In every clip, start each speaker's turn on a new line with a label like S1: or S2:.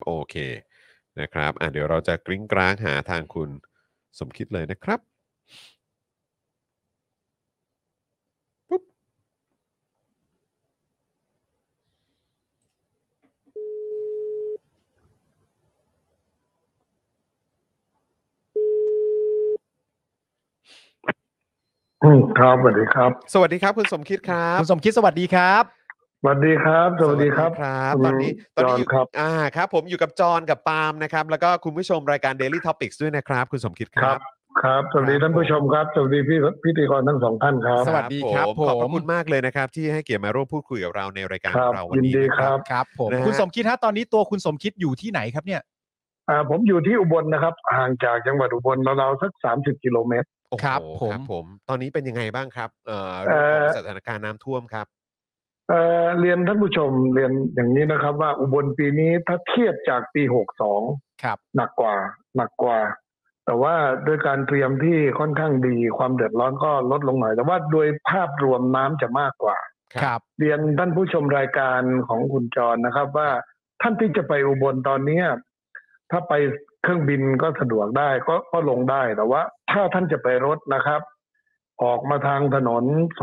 S1: โอเคนะครับเดี๋ยวเราจะกริ้งกร้างหาทางคุณสมคิดเลยนะครับปุ๊บ
S2: ครับสวัสดีครับ
S1: สวัสดีครับคุณสมคิดครับ
S3: คุณสมคิดสวัสดีครับ
S2: สวัสดีครับสวัสดีครับ
S1: ครับ
S2: คุณ
S1: ตอนนี้
S2: จอห์น
S1: อยู่
S2: ครับ
S1: ครับผมอยู่กับจอห์นกับปาล์มนะครับแล้วก็คุณผู้ชมรายการ Daily Topics ด้วยนะครับคุณสมคิดค
S2: ค
S1: รั
S2: รั
S1: บบ
S2: ครับสวัสดีท่านผู้ชมครับสวัสดีพี่พิธีกรทั้งสองท่านครับ
S3: สวัสดีครับ
S1: ขอบพระ
S3: ผม
S1: คุณมากเลยนะครับที่ให้เกียรติมาร่วมพูดคุยกับเราในรายการ
S2: ครั
S1: ข
S2: บ
S1: องเราวัน
S2: ยิน
S1: นี้
S2: ดี
S1: นะ
S2: ค
S1: ค
S2: รั
S1: รับ
S3: ครับผม
S1: นะฮะ
S3: คุณสมคิดฮะตอนนี้ตัวคุณสมคิดอยู่ที่ไหนครับเนี่ย
S2: ผมอยู่ที่อุบลนะครับห่างจากจังหวัดอุบลเราๆสัก30 กิโลเมตร
S1: โอ้โห
S3: ครับผม
S1: ครับผมตอนนี้เป็นยังไงบ้างครับเรื่องของสถานการณ์น้ำท่วมครับ
S2: เรียนท่านผู้ชมเรียนอย่างนี้นะครับว่าอุบลปีนี้ถ้าเทียบจากปี62
S3: ครับ
S2: หนักกว่า แต่ว่าด้วยการเตรียมที่ค่อนข้างดีความเดือดร้อนก็ลดลงหน่อยแต่ว่าโดยภาพรวมน้ำจะมากกว่า
S3: ครับ
S2: เรียนท่านผู้ชมรายการของคุณจรนะครับว่าท่านที่จะไปอุบลตอนนี้ถ้าไปเครื่องบินก็สะดวกได้ก็ลงได้แต่ว่าถ้าท่านจะไปรถนะครับ ออกมาทางถนน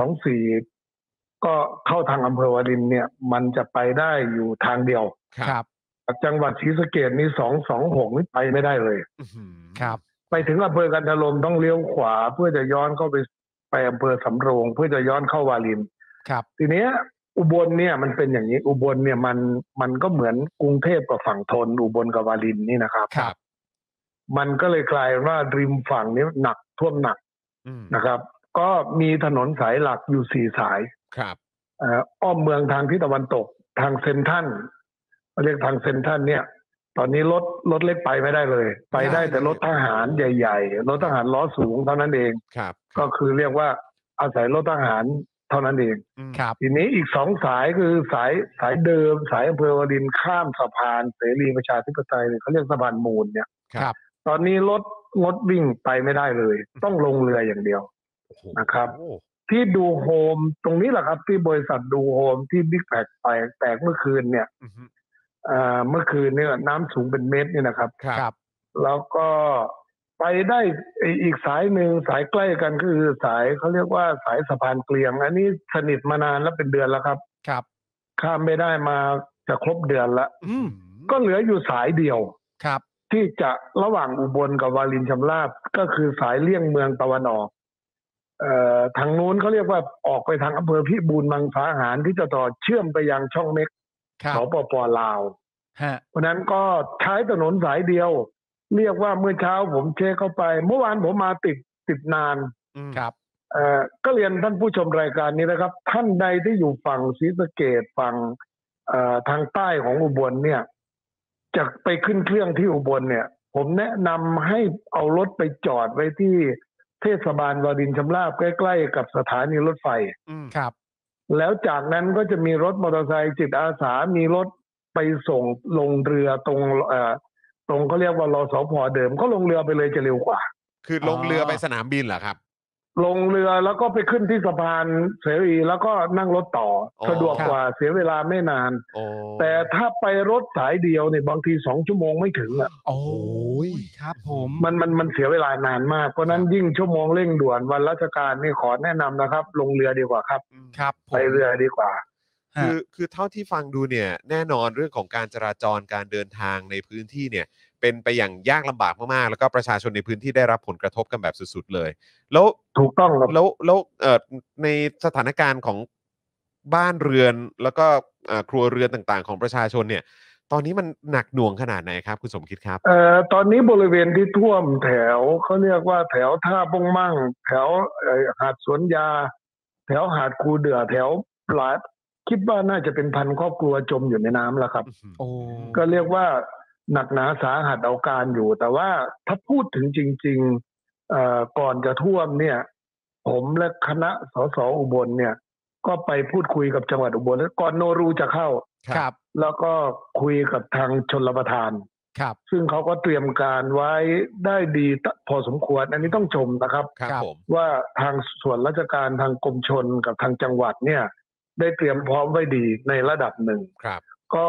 S2: 24ก็เข้าทางอำเภอวารินเนี่ยมันจะไปได้อยู่ทางเดียว
S3: ครับ
S2: จังหวัดศรีสะเกษนี่226นี่ไปไม่ได้เลย
S3: ครับ
S2: ไปถึงอำเภอกันทลมต้องเลี้ยวขวาเพื่อจะย้อนเข้าไปอำเภอสำโรงเพื่อจะย้อนเข้าวาริน
S3: ครับ
S2: ทีเนี้ยอุบลเนี่ยมันเป็นอย่างนี้อุบลเนี่ยมันก็เหมือนกรุงเทพกับฝั่งทนอุบลกับวารินนี่นะครับ
S3: ครับ
S2: มันก็เลยกลายว่าริมฝั่งนี้หนักท่วมหนักนะครับ ก็มีถนนสายหลักอยู่4 สาย
S1: ครับ
S2: อ้อมเมืองทางทิศตะวันตกทางเซนทรัลเรียกทางเซนทรัลเนี่ย ตอนนี้รถเล็กไปไม่ได้เลย ไปได้แต่รถทหารใหญ่ๆรถทหารล้อสูงเท่านั้นเอง
S1: ครับ
S2: ก็คือเรียกว่าอาศัยรถทหารเท่านั้นเอง
S3: ครับ
S2: ทีนี้อีก2 สายคือสายเดิมสายอำเภอวารินข้ามสะพานเสรีประชาธิปไตยเขาเรียกสะพานมูลเนี่ย
S3: ครับ
S2: ตอนนี้รถงดวิ่งไปไม่ได้เลย ต้องลงเรืออย่างเดียวนะครับ ที่ดูโฮมตรงนี้แหละครับที่บริษัทดูโฮมที่บิ๊กแตกเมื่อคืนเนี่ยเมื่อคืนเนี่ยน้ำสูงเป็นเมตรนี่นะครับ
S3: ครับ
S2: แล้วก็ไปได้อีกสายหนึ่งสายใกล้กันคือสายเขาเรียกว่าสายสะพานเกลียงอันนี้สนิทมานานแล้วเป็นเดือนแล้วครับ
S3: ครับ
S2: ข้ามไม่ได้มาจะครบเดือนละ
S3: ก็
S2: ก็เหลืออยู่สายเดียว
S3: ครับ
S2: ที่จะระหว่างอุบลกับวารินชำราบก็คือสายเลี่ยงเมืองตะวันออกทางนู้นเขาเรียกว่าออกไปทางอำเภอพิบูลมังสาหารที่จะต่อเชื่อมไปยังช่องเม็ก
S3: ครับ
S2: สปป.ลาว
S3: ฮะ
S2: เพราะนั้นก็ใช้ถนนสายเดียว เรียกว่าเมื่อเช้าผมเช็คเข้าไป เมื่อวานผมมาติดนาน
S3: ครับ
S2: ก็เรียนท่านผู้ชมรายการนี้นะครับ ท่านใดที่อยู่ฝั่งศรีสะเกษฝั่งทางใต้ของอุบลเนี่ยจะไปขึ้นเครื่องที่อุบลเนี่ย ผมแนะนำให้เอารถไปจอดไว้ที่เทศบาลวารินชำราบใกล้ๆกับสถานีรถไฟ
S3: ครับ
S2: แล้วจากนั้นก็จะมีรถมอเตอร์ไซค์จิตอาสามีรถไปส่งลงเรือตรงเขาเรียกว่ารสผ.เดิมก็ลงเรือไปเลยจะเร็วกว่า
S1: คือลงเรือไปสนามบินเหรอครับ
S2: ลงเรือแล้วก็ไปขึ้นที่สะพานเสรีแล้วก็นั่งรถต่อสะดวกกว่าเสียเวลาไม่นาน แต่ถ้าไปรถสายเดียวเนี่ยบางที2 ชั่วโมงไม่ถึงอ่ะ
S3: โอ้ยครับผม
S2: มันเสียเวลานานมากเพราะนั้นยิ่งชั่วโมงเร่งด่วนวันราชการนี่ขอแนะนำนะครับ ลงเรือดีกว่าครับ
S3: ครับผม
S2: ไปเรือดีกว่า
S1: คือเท่าที่ฟังดูเนี่ยแน่นอนเรื่องของการจราจรการเดินทางในพื้นที่เนี่ยเป็นไปอย่างยากลำบากมากๆแล้วก็ประชาชนในพื้นที่ได้รับผลกระทบกันแบบสุดๆเลยแล้ว
S2: ถูกต้องครับ
S1: แล้วในสถานการณ์ของบ้านเรือนแล้วก็ครัวเรือนต่างๆของประชาชนเนี่ยตอนนี้มันหนักหน่วงขนาดไหนครับคุณสมคิดครับ
S2: ตอนนี้บริเวณที่ท่วมแถวเขาเรียกว่าแถวท่าบงมั่งแถวหาดสวนยาแถวหาดคูเดือแถวหลายคิดว่าน่าจะเป็น1,000 ครอบครัวจมอยู่ในน้ำแล้วครับก็เรียกว่าหนักหนาสาหัสเอาการอยู่แต่ว่าถ้าพูดถึงจริงๆก่อนจะท่วมเนี่ยผมและคณะสสอุบลเนี่ยก็ไปพูดคุยกับจังหวัดอุบลก่อนโนรูจะเข้า
S3: ครับ
S2: แล้วก็คุยกับทางชลประทาน
S3: ครับ
S2: ซึ่งเขาก็เตรียมการไว้ได้ดีพอสมควรอันนี้ต้องชมนะครับ
S1: ครับผม
S2: ว่าทางส่วนราชการทางกรมชลกับทางจังหวัดเนี่ยได้เตรียมพร้อมไว้ดีในระดับหนึ่ง
S1: ครับ
S2: ก็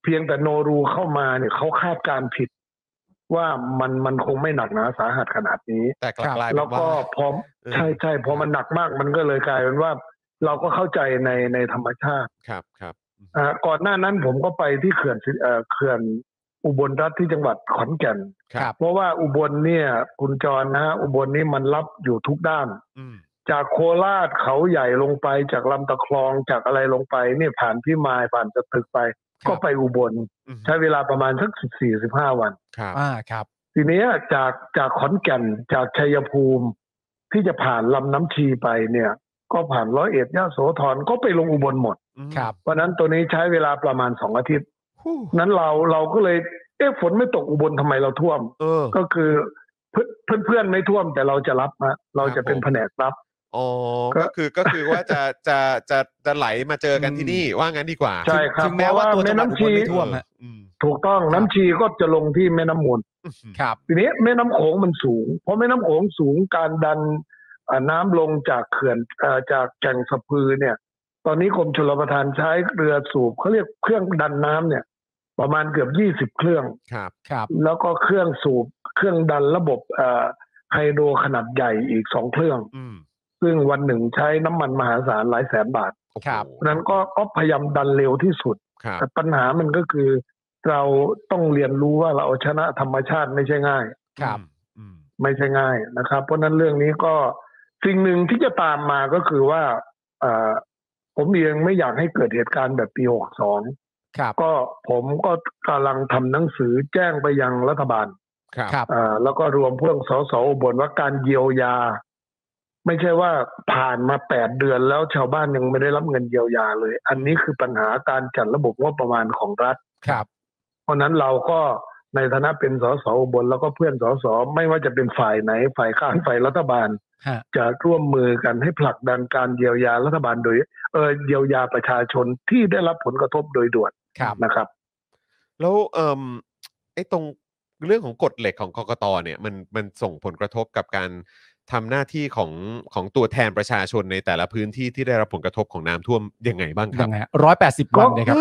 S2: เพียงแต่โนรูเข้ามาเนี่ยเขาคาดการณ์ผิดว่ามันคงไม่หนักหนาสาหัสขนาดนี้
S1: แต่กลายเป็
S2: แล้ว
S1: นว่า
S2: ก็พอใช่พอมันหนักมากมันก็เลยกลายเป็นว่าเราก็เข้าใจในธรรมชาติ
S1: ครับ
S2: ก่อนหน้านั้นผมก็ไปที่เขื่อนอุบลรัฐที่จังหวัดขอนแก่น
S1: ครับ
S2: เพราะว่าอุบลเนี่ยคุณจรนะฮะอุบลนี่มันรับอยู่ทุกด้าน จากโคราชเขาใหญ่ลงไปจากลำตะคลองจากอะไรลงไปเนี่ยผ่านพิมายผ่านสตึกไป ก็ไปอุบลใช้เวลาประมาณสัก14-15 วัน
S3: ครับ
S2: ทีนี้จากขอนแก่นจากชัยภูมิที่จะผ่านลำน้ำชีไปเนี่ยก็ผ่านร้อยเอ็ดยโสธรก็ไปลงอุบลหมด
S3: ครับ
S2: เพราะนั้นตัวนี้ใช้เวลาประมาณ2 อาทิตย์นั้นเราก็เลยฝนไม่ตกอุบลทำไมเราท่วมก็คือเพื่อนไม่ท่วมแต่เราจะรับนะเราจะเป็นแผนกรับ
S1: อ๋อก็คือว่าจะไหลมาเจอกันที่นี่ว่างั้นดีกว่า
S2: ใช่ครับ
S3: ถึงแม้ว่าตัวจังหวัดอุบลไม่ท่วม
S2: ถูกต้องน้ำชีก็จะลงที่แม่น้ำมูล
S3: ครับ
S2: ทีนี้แม่น้ำโขงมันสูงเพราะแม่น้ำโขงสูงการดันน้ำลงจากเขื่อนจากแก่งสะพือเนี่ยตอนนี้กรมชลประทานใช้เรือสูบเขาเรียกเครื่องดันน้ำเนี่ยประมาณเกือบ20 เครื่อง
S3: ครับ
S2: แล้วก็เครื่องสูบเครื่องดันระบบไฮโดรขนาดใหญ่อีก2 เครื่องซึ่งวันหนึ่งใช้น้ำมันมหาศาลหลายแสนบาทนั้นก็พยายามดันเร็วที่สุดแต่ปัญหามันก็คือเราต้องเรียนรู้ว่าเราเอาชนะธรรมชาติไม่ใช่ง่ายไม่ใช่ง่ายนะครับเพราะนั้นเรื่องนี้ก็สิ่งหนึ่งที่จะตามมาก็คือว่าผมเองไม่อยากให้เกิดเหตุการณ์แบบปี62ก็ผมก็กำลังทำหนังสือแจ้งไปยังรัฐบาลแล้วก็รวมพวกสสอุบลว่าการเยียวยาไม่ใช่ว่าผ่านมา8 เดือนแล้วชาวบ้านยังไม่ได้รับเงินเยียวยาเลยอันนี้คือปัญหาการจัดระบบงบประมาณของรัฐเพราะนั้นเราก็ในฐานะเป็นสสอุบลแล้วก็เพื่อนสสไม่ว่าจะเป็นฝ่ายไหนฝ่ายค้านฝ่ายรัฐบาลจะร่วมมือกันให้ผลักดันการเยียวยารัฐบาลโดยเยียวยาประชาชนที่ได้รับผลกระทบโดยด่วนนะครับ
S1: แล้วไอ้ตรงเรื่องของกฎเหล็กของกกตเนี่ยมันส่งผลกระทบกับการทำหน้าที่ของตัวแทนประชาชนในแต่ละพื้นที่ที่ได้รับผลกระทบของน้ำท่วมยังไงบ้างครับ
S3: 180 วันนะครับ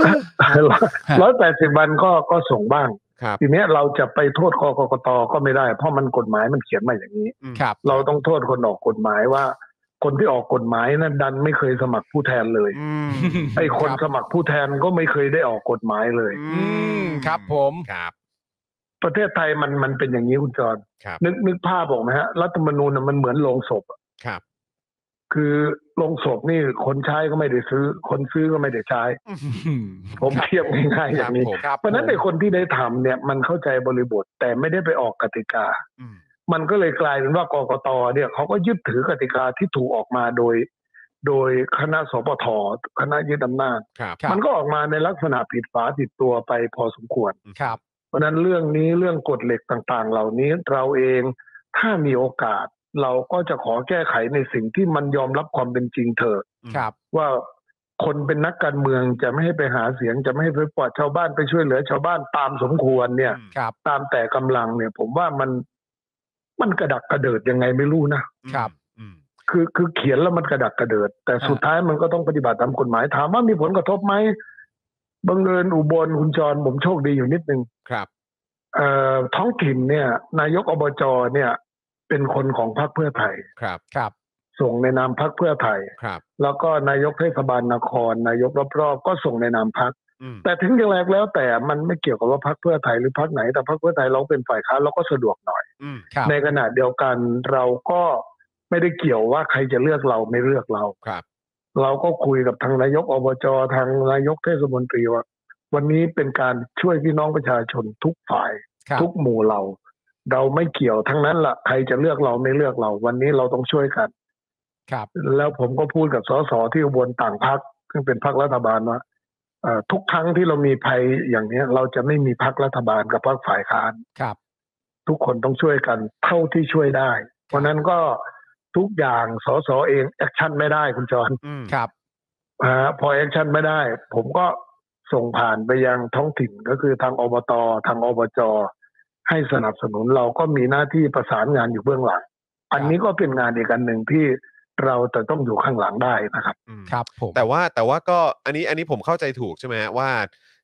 S2: 180 วันก็ส่งบ้างทีนี้เราจะไปโทษกกตก็ไม่ได้เพราะมันกฎหมายมันเขียนมาอย่างนี้เราต้องโทษคนออกกฎหมายว่าคนที่ออกกฎหมายนั้นดันไม่เคยสมัครผู้แทนเลยไอ้คนสมัครผู้แทนก็ไม่เคยได้ออกกฎหมายเลย
S3: ครับผม
S1: ครับ
S2: ประเทศไทยมันเป็นอย่างนี้คุณจรนึกภาพออกไหมฮะรัฐธรรมนูญมันเหมือนโรงศพ
S1: ครับ
S2: คือโรงศพนี่คนใช้ก็ไม่ได้ซื้อคนซื้อก็ไม่ได้ใช้ผมเทียบง่ายๆอย่างนี้เพราะนั้นในคนที่ได้ทำเนี่ยมันเข้าใจบริบทแต่ไม่ได้ไปออกกติกามันก็เลยกลายเป็นว่ากกตเนี่ยเขาก็ยึดถือกติกาที่ถูกออกมาโดยคณะสปทคณะยึดอำนาจมันก็ออกมาในลักษณะผิดฝาผิดตัวไปพอสมควรเพราะนั้นเรื่องนี้เรื่องกฎเหล็กต่างๆเหล่านี้เราเองถ้ามีโอกาสเราก็จะขอแก้ไขในสิ่งที่มันยอมรับความเป็นจริงเถอะว่าคนเป็นนักการเมืองจะไม่ให้ไปหาเสียงจะไม่ให้ไปปล่อยชาวบ้านไปช่วยเหลือชาวบ้านตามสมควรเนี่ยตามแต่กำลังเนี่ยผมว่ามันกระดักกระเดิดยังไงไม่รู้นะครับคือเขียนแล้วมันกระดักกระเดิดแต่สุดท้ายมันก็ต้องปฏิบัติตามกฎหมายถามว่ามีผลกระทบไหมบังเอิญอุบลคุณจรผมโชคดีอยู่นิดนึง
S1: ครับ
S2: ท้องถิ่นเนี่ยนายกอบจเนี่ยเป็นคนของพรรคเพื่อไทย
S1: ครับ
S2: ส่งในนามพรรคเพื่อไทยแล้วก็นายกเทศบาลนครนายกรอบๆก็ส่งในนามพรรคแต่ถึงอย่างไรแล้วแต่มันไม่เกี่ยวกับว่าพรรคเพื่อไทยหรือพรรคไหนแต่พรรคเพื่อไทยเราเป็นฝ่ายค้านเราก็สะดวกหน่อยในขณะเดียวกันเราก็ไม่ได้เกี่ยวว่าใครจะเลือกเราไม่เลือกเราเราก็คุยกับทางนายกอบจทางนายกเทศมนตรีว่าวันนี้เป็นการช่วยพี่น้องประชาชนทุกฝ่ายทุกหมู่เราไม่เกี่ยวทั้งนั้นล่ะใครจะเลือกเราไม่เลือกเราวันนี้เราต้องช่วยกันแล้วผมก็พูดกับสสที่อุบลต่างพรรคซึ่งเป็นพรรครัฐบาลว่าทุกครั้งที่เรามีภัยอย่างนี้เราจะไม่มีพรรครัฐบาลกับพรรคฝ่ายค้านทุกคนต้องช่วยกันเท่าที่ช่วยได้เพราะนั้นก็ทุกอย่างสสเองแอคชั่นไม่ได้คุณจรพอแอคชั่นไม่ได้ผมก็ส่งผ่านไปยังท้องถิ่นก็คือทางอบตทางอบจให้สนับสนุนเราก็มีหน้าที่ประสานงานอยู่เบื้องหลังอันนี้ก็เป็นงานอีกอันหนึ่งที่เราจะต้องอยู่ข้างหลังได้นะครับ
S1: ครับผมแต่ว่าก็อันนี้ผมเข้าใจถูกใช่ไหมว่า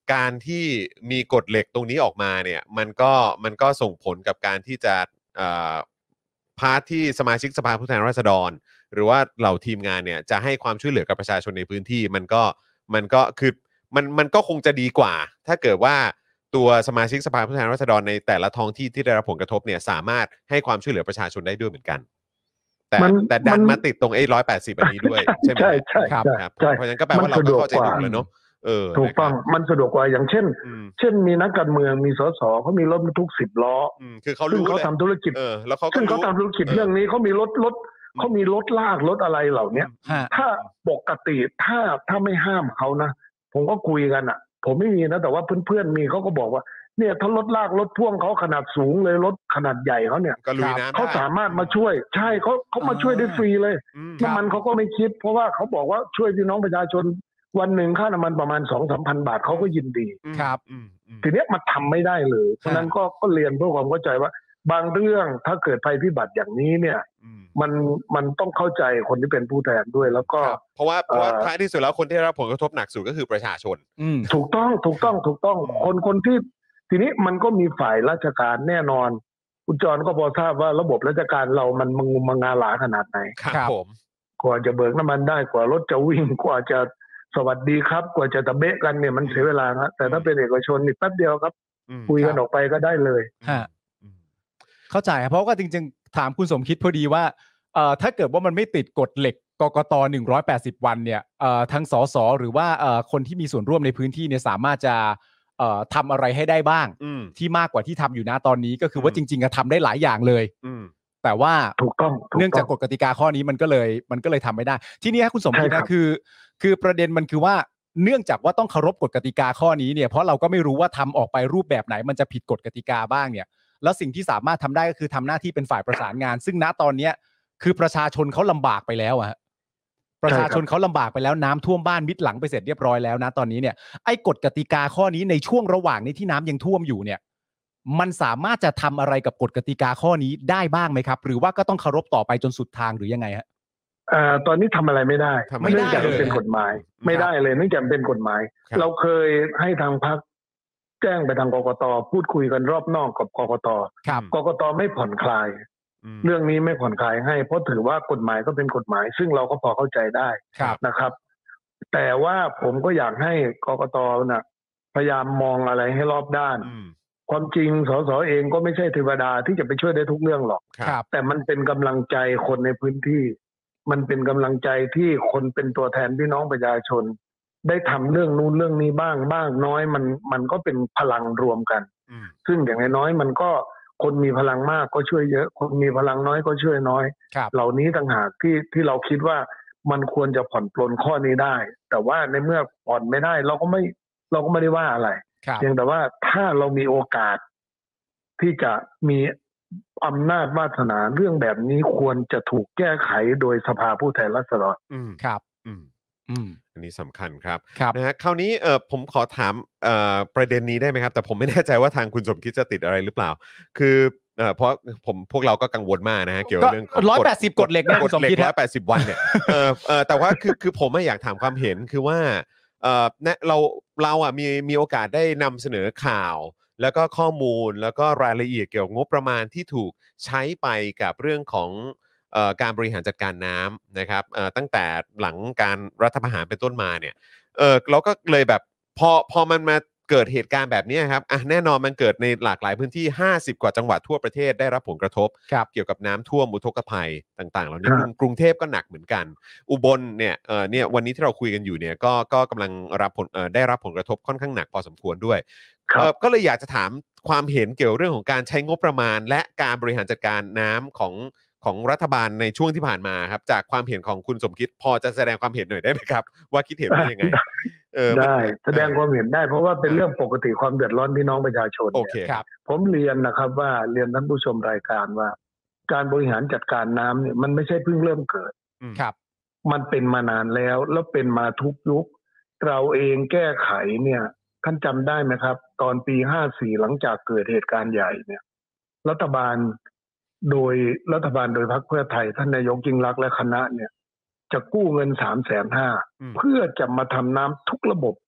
S1: การที่มีกฎเหล็กตรงนี้ออกมาเนี่ยมันก็ส่งผลกับการที่จะพาร์ทที่สมาชิกสภาผู้แทนราษฎรหรือว่าเหล่าทีมงานเนี่ยจะให้ความช่วยเหลือกับประชาชนในพื้นที่มันก็คือมันก็คงจะดีกว่าถ้าเกิดว่าตัวสมาชิกสภาผู้แทนราษฎรในแต่ละท้องที่ที่ได้รับผลกระทบเนี่ยสามารถให้ความช่วยเหลือประชาชนได้ด้วยเหมือนกันแต่ดันมาติดตรง180อันนี้ด้วยใช่ไหม
S2: ใช่ใช่
S1: ครับ
S2: ใช่
S1: ครับ
S2: ใช่
S1: เพราะฉะนั้นก็แปลว่าเราก็เข้าใจถูกแล้วเนาะ
S2: ถูกต้องมันสะดวกกว่าอย่างเช่น เช่นมีนักการเมืองมีสสเขามีรถบรรทุก10 ล้อ
S1: คือเขา
S2: ซึ่ง
S1: รู้
S2: เขาทำธุรกิจ
S1: แล้วเขาก็
S2: ซึ่งเขาทำธุรกิจเรื่องนี้เขามีรถเขามีรถลากรถอะไรเหล่านี้ถ้าปกติถ้าไม่ห้ามเขานะผมก็คุยกันอ่ะผมไม่มีนะแต่ว่าเพื่อนๆมีเขาก็บอกว่าเนี่ยถ้ารถลากรถพ่วงเขาขนาดสูงเลยรถขนาดใหญ่เขาเนี่ยเขาสามารถมาช่วยใช่เขามาช่วยได้ฟรีเลยน้ำมันเขาก็ไม่คิดเพราะว่าเขาบอกว่าช่วยพี่น้องประชาชนวันหนึ่งค่าน้ำมันประมาณ 2-3,000 บาทเขาก็ยินดี
S3: ครับ
S2: ทีนี้มาทำไม่ได้เลยฉะนั้นก็เรียนเพื่อความเข้าใจว่าบางเรื่องถ้าเกิดภัยพิบัติอย่างนี้เนี่ยมันต้องเข้าใจคนที่เป็นผู้แทนด้วยแล้วก็
S1: เพราะว่าท้ายที่สุดแล้วคนที่ได้รับผลกระทบหนักสุดก็คือประชาชน
S2: ถูกต้องคนที่ทีนี้มันก็มีฝ่ายราชการแน่นอนคุณจรก็พอทราบว่าระบบราชการเรามันงุมงาหลาขนาดไหน
S1: ครับผม
S2: กว่าจะเบิกน้ำมันได้กว่ารถจะวิ่งกว่าจะสวัสดีครับกว่าจะตะเบะกันเนี่ยมันเสียเวลานะแต่ถ้าเป็นเอกชนนี่แป๊บเดียวครับคุยกันออกไปก็ได้เลย
S3: เข้าใจเพราะว่าจริงๆถามคุณสมคิดพอดีว่าถ้าเกิดว่ามันไม่ติดกฎเหล็กกกต180 วันเนี่ยทั้งสสหรือว่าคนที่มีส่วนร่วมในพื้นที่เนี่ยสามารถจะทำอะไรให้ได้บ้างที่มากกว่าที่ทำอยู่นะตอนนี้ก็คือว่าจริงๆทำได้หลายอย่างเลยแต่ว่า
S2: ถูกต้อง
S3: เนื่องจากกฎกติกาข้อนี้มันก็เลยทำไม่ได้ที่นี่คุณสมคิดนะคือประเด็นมันคือว่าเนื่องจากว่าต้องเคารพกฎกติกาข้อนี้เนี่ยเพราะเราก็ไม่รู้ว่าทำออกไปรูปแบบไหนมันจะผิดกฎกติกาบ้างเนี่ยแล้วสิ่งที่สามารถทำได้ก็คือทำหน้าที่เป็นฝ่ายประสานงานซึ่งณตอนนี้คือประชาชนเขาลำบากไปแล้วอะประชาชนเขาลำบากไปแล้วน้ำท่วมบ้านมิดหลังไปเสร็จเรียบร้อยแล้วนะตอนนี้เนี่ยไอ้กฎกติกาข้อนี้ในช่วงระหว่างนี้ที่น้ำยังท่วมอยู่เนี่ยมันสามารถจะทำอะไรกับกฎกติกาข้อนี้ได้บ้างไหมครับหรือว่าก็ต้องเคารพต่อไปจนสุดทางหรือยังไงฮะ
S2: ตอนนี้ทำอะไรไม่ได้เนื่องจากเป็นกฎหมายไม่ได้เลยเนื่องจากเป็นกฎหมายเราเคยให้ทางพรรคแจ้งไปทางกกตพูดคุยกันรอบนอกกับกกตกกตไม่ผ่อนคลายเรื่องนี้ไม่ผ่อนคลายให้เพราะถือว่ากฎหมายก็เป็นกฎหมายซึ่งเราก็พอเข้าใจได้นะครับแต่ว่าผมก็อยากให้กกตนะพยายามมองอะไรให้รอบด้านความจริงสสเองก็ไม่ใช่เทวดาที่จะไปช่วยได้ทุกเรื่องหรอกแต่มันเป็นกำลังใจคนในพื้นที่มันเป็นกำลังใจที่คนเป็นตัวแทนพี่น้องประชาชนได้ทำเรื่องนู้นเรื่องนี้บ้างน้อยมันก็เป็นพลังรวมกันซึ่งอย่างน้อยมันก็คนมีพลังมากก็ช่วยเยอะคนมีพลังน้อยก็ช่วยน้อยเหล่านี้ต่างหากที่เราคิดว่ามันควรจะผ่อนปลนข้อนี้ได้แต่ว่าในเมื่อผ่อนไม่ได้เราก็ไม่ได้ว่าอะไรเพียงแต่ว่าถ้าเรามีโอกาสที่จะมีอำนาจวาสนาเรื่องแบบนี้ควรจะถูกแก้ไขโดยสภาผู้แทนราษฎร
S3: ครับ
S1: อันนี้สำคัญครับนะฮะคราวนี้ผมขอถามประเด็นนี้ได้ไหมครับแต่ผมไม่แน่ใจว่าทางคุณสมคิดจะติดอะไรหรือเปล่าคือเพราะพวกเราก็กังวลมากนะฮะเกี่ยวกับเรื่องของ
S3: 180กฎเหล็กนะคุณสมคิด
S1: 180 วันเนี่ยแต่ว่าคือผมอยากถามความเห็นคือว่าเราอ่ะมีโอกาสได้นำเสนอข่าวแล้วก็ข้อมูลแล้วก็รายละเอียดเกี่ยวกับงบประมาณที่ถูกใช้ไปกับเรื่องของการบริหารจัดการน้ำนะครับตั้งแต่หลังการรัฐประหารเป็นต้นมาเนี่ยเราก็เลยแบบพอมันมาเกิดเหตุการณ์แบบนี้ครับแน่นอนมันเกิดในหลากหลายพื้นที่50กว่าจังหวัดทั่วประเทศได้รับผลกระทบเกี่ยวกับน้ำท่วมอุทกภัยต่างๆเหล่านี้กรุงเทพก็หนักเหมือนกันอุบลเนี่ยวันนี้ที่เราคุยกันอยู่เนี่ยก็กำลังได้รับผลกระทบค่อนข้างหนักพอสมควรด้วยก็เลยอยากจะถามความเห็นเกี่ยวเรื่องของการใช้งบประมาณและการบริหารจัดการน้ำของรัฐบาลในช่วงที่ผ่านมาครับจากความเห็นของคุณสมคิดพอจะแสดงความเห็นหน่อยได้ไหมครับว่าคิดเห็นว่ายังไง
S2: ได้แสดงความเห็นได้เพราะว่าเป็นเรื่องปกติความเดือดร้อนพี่น้องประชาชน
S1: โอเคครับ
S2: ผมเรียนนะครับว่าเรียนท่านผู้ชมรายการว่าการบริหารจัดการน้ำเนี่ยมันไม่ใช่เพิ่งเริ่มเกิด
S3: ครับ
S2: มันเป็นมานานแล้วเป็นมาทุกยุคเราเองแก้ไขเนี่ยท่านจำได้ไหมครับตอนปี54หลังจากเกิดเหตุการณ์ใหญ่เนี่ยรัฐบาลโดยพรรคเพื่อไทยท่านนายกยิ่งลักษณ์และคณะเนี่ยจะกู้เงิน350,000เพื่อจะมาทำน้ำทุกระบบ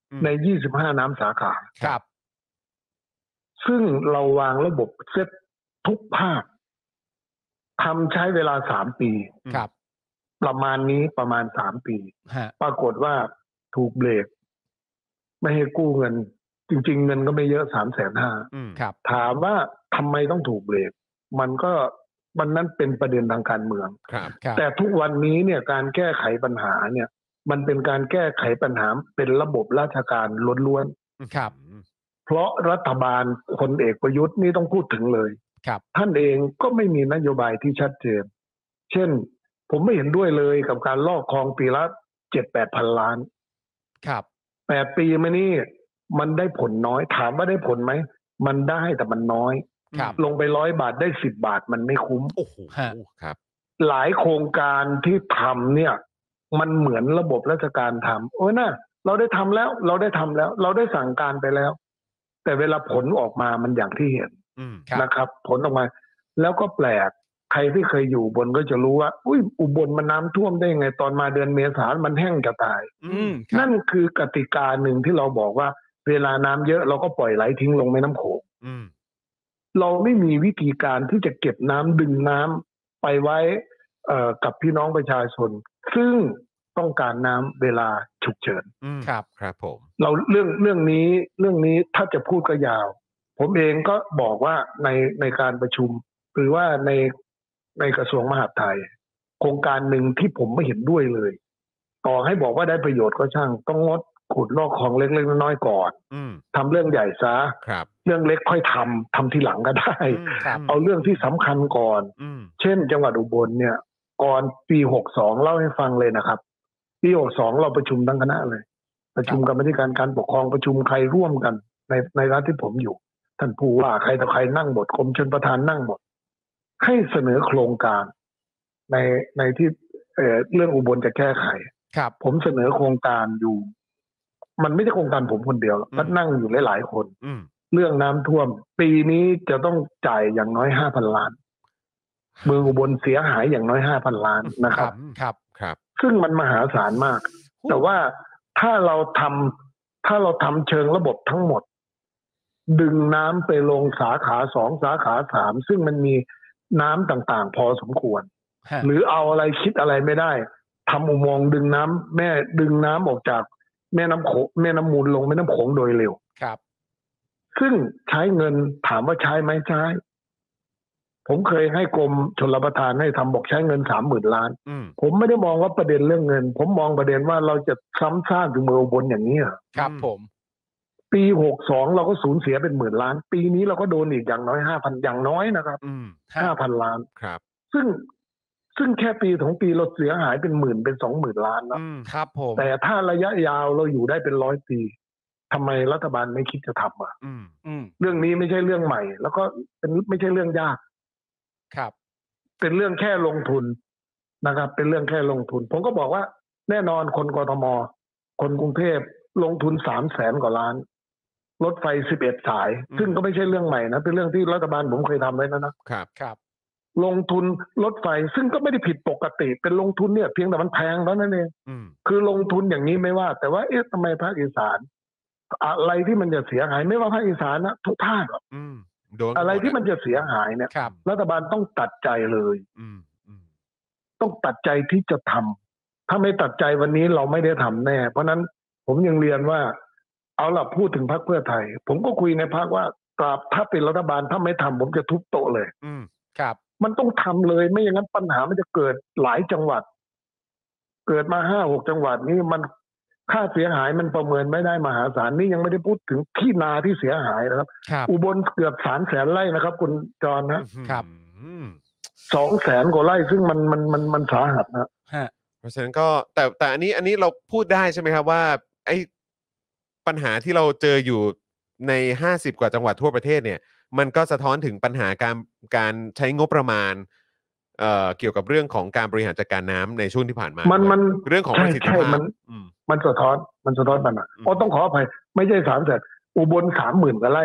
S2: ใน 25 น้ำสาขา
S3: ครับ
S2: ซึ่งเราวางระบบเซตทุกภาคทำใช้เวลา3 ปี
S3: ครับ
S2: ประมาณนี้ประมาณ3 ปี
S3: ฮะ
S2: ปรากฏว่าถูกเบรกไม่ให้กู้เงิน จริงๆเงินก็ไม่เยอะ350,000
S3: ครับ
S2: ถามว่าทำไมต้องถูกเบรกมันนั้นเป็นประเด็นทางการเมือง
S1: ครับ
S3: ครับ
S2: แต่ทุกวันนี้เนี่ยการแก้ไขปัญหาเนี่ย มันเป็นการแก้ไขปัญหาเป็นระบบราชการล้วน
S3: ครับ
S2: ๆเพราะรัฐบาลพลเอกประยุทธ์นี่ต้องพูดถึงเลย
S3: ครับ
S2: ท่านเองก็ไม่มีนโยบายที่ชัดเจน เช่น ผมไม่เห็นด้วยเลยกับการลอกคลองปีละ 7-8 พันล้าน
S3: ครับ
S2: 8 ปีมานี่มันได้ผลน้อย ถามว่าได้ผลไหม มันได้แต่มันน้อย
S3: ครับ
S2: ลงไป100 บาทได้10 บาทมันไม่คุ้ม
S1: โอ้โห
S3: ฮะ
S1: ครับ
S2: หลายโครงการที่ทำเนี่ย มันเหมือนระบบราชการทำโอ้ยน่ะเราได้ทำแล้ว เราได้ทำแล้ว เราได้สั่งการไปแล้ว แต่เวลาผลออกมามันอย่างที่เห็น
S3: ครับ
S2: นะครับ ผลออกมา แล้วก็แปลกใครที่เคยอยู่อุบนก็จะรู้ว่าอุ้ยอุบลมันน้ำท่วมได้ไงตอนมาเดือนเมษายนมันแห้งจะตาย
S3: ครับ
S2: นั่นคือกติกาหนึ่งที่เราบอกว่า เวลาน้ำเยอะเราก็ปล่อยไหลทิ้งลงแม่น้ำโขงเราไม่มีวิธีการที่จะเก็บน้ำดึงน้ำไปไว้กับพี่น้องประชาชน ซึ่งต้องการน้ำเวลาฉุกเฉิน
S3: ครับ
S1: ครับผม
S2: เราเรื่องนี้ถ้าจะพูดก็ยาว ผมเองก็บอกว่าในการประชุม หรือว่าในกระทรวงมหาดไทย โครงการหนึ่งที่ผมไม่เห็นด้วยเลย ต่อให้บอกว่าได้ประโยชน์ก็ช่างต้องงดขุดลอกคลองเล็กๆน้อยๆก่อนทำเรื่องใหญ่ซะ
S1: ครับ
S2: เรื่องเล็กค่อยทำทีหลังก็ได้
S3: ครับ
S2: เอาเรื่องที่สำคัญก่อน เช่น จังหวัดอุบลเนี่ย ก่อนปี62เล่าให้ฟังเลยนะครับ ปี62เราประชุมทั้งคณะเลย ประชุมกรรมาธิการการปกครองประชุมใครร่วมกันในรัฐที่ผมอยู่ ท่านผู้ว่าใครต่อใครนั่งหมดกรมชลประทานนั่งหมด ให้เสนอโครงการในที่เรื่องอุบลจะแก้ไข
S3: ครับ
S2: ผมเสนอโครงการอยู่ มันไม่ใช่โครงการผมคนเดียวก็นั่งอยู่หลายๆคนเรื่องน้ำท่วม ปีนี้จะต้องจ่ายอย่างน้อย 5,000 ล้านเมืองอุบลเสียหายอย่างน้อย 5,000 ล้านนะครับ
S3: ครับ
S1: ครับ
S2: ซึ่งมันมหาศาลมาก แต่ว่าถ้าเราทำเชิงระบบทั้งหมด ดึงน้ำไปลงสาขา2สาขา3ซึ่งมันมีน้ำต่างๆพอสมควร หรือเอาอะไรคิดอะไรไม่ได้ทำอุโมงค์ดึงน้ำออกจากแม่น้ำโขงแม่น้ำมูลลงแม่น้ำโขงโดยเร็ว
S3: ครับ
S2: ซึ่งใช้เงินถามว่าใช้ไหมใช้ผมเคยให้กรมชลประทานให้ทำบอกใช้เงิน 30,000 ล้านผมไม่ได้มองว่าประเด็นเรื่องเงินผมมองประเด็นว่าเราจะซ้ำซากอยู่เมืองอุบลอย่างนี้เหรอ
S3: ครับผม
S2: ปี62เราก็สูญเสียเป็นหมื่นล้านปีนี้เราก็โดนอีกอย่างน้อย 5,000 อย่างน้อยนะครับ 5,000 ล้าน
S1: ครับ
S2: ซึ่งแค่ปี2 ปีเราเสียหายเป็นหมื่นเป็น 20,000 ล้านแล้ว
S3: ครับผม
S2: แต่ถ้าระยะยาวเราอยู่ได้เป็น100 ปีทำไมรัฐบาลไม่คิดจะทำอ่ะเรื่องนี้ไม่ใช่เรื่องใหม่ แล้วก็ไม่ใช่เรื่องยาก
S3: ครับ
S2: เป็นเรื่องแค่ลงทุนนะครับ เป็นเรื่องแค่ลงทุนผมก็บอกว่าแน่นอนคนกทมคนกรุงเทพลงทุน300,000 กว่าล้านรถไฟ11 สายซึ่งก็ไม่ใช่เรื่องใหม่นะเป็นเรื่องที่รัฐบาลผมเคยทำไว้นะครับ
S3: ครับ
S2: ลงทุนรถไฟซึ่งก็ไม่ได้ผิดปกติเป็นลงทุนเนี่ยเพียงแต่มันแพงเท่านั้นเองคือลงทุนอย่างนี้ไม่ว่า แต่ว่าทำไมภาคอีสานอะไรที่มันจะเสียหายไม่ว่าภาคอีสานนะทุกภาคอะไรที่มันจะเสียหายเนี่ยรัฐบาลต้องตัดใจเลยต้องตัดใจที่จะทำถ้าไม่ตัดใจวันนี้เราไม่ได้ทำแน่เพราะนั้นผมยังเรียนว่าเอาล่ะพูดถึงพรรคเพื่อไทยผมก็คุยในพรรคว่าตราบถ้าเป็นรัฐบาลถ้าไม่ทำผมจะทุบโต๊ะเลย
S3: ครับ
S2: มันต้องทำเลยไม่อย่างนั้นปัญหามันจะเกิดหลายจังหวัดเกิดมา 5-6 จังหวัดนี่มันค่าเสียหายมันประเมินไม่ได้มหาศาลนี่ยังไม่ได้พูดถึงที่นาที่เสียหายนะครับอุบลเกือบ300,000 ไร่นะครับคุณจรนะครับ200,000 กว่าไร่ซึ่งมันสาหัสนะ
S1: เพราะฉะนั้นก็แต่อันนี้เราพูดได้ใช่ไหมครับว่าไอ้ปัญหาที่เราเจออยู่ใน50 กว่าจังหวัดทั่วประเทศเนี่ยมันก็สะท้อนถึงปัญหาการใช้งบประมาณเกี่ยวกับเรื่องของการบริหารจัดการน้ำในช่วงที่ผ่านมา
S2: มัน
S1: เรื่องของประสิทธิภาพ
S2: มันสะท้อนปัญหาต้องขออภัยไม่ใช่300,000อุบล 30,000 กว่าไร่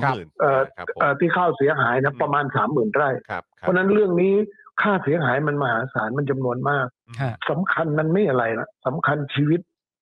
S1: 30,000
S2: ที่ข้าวเสียหายนะประมาณ 30,000 ไร่เพราะนั้นเรื่องนี้ค่าเสียหายมันมหาศาลมันจำนวนมากสำคัญมันไม่อะไรนะสำคัญชีวิต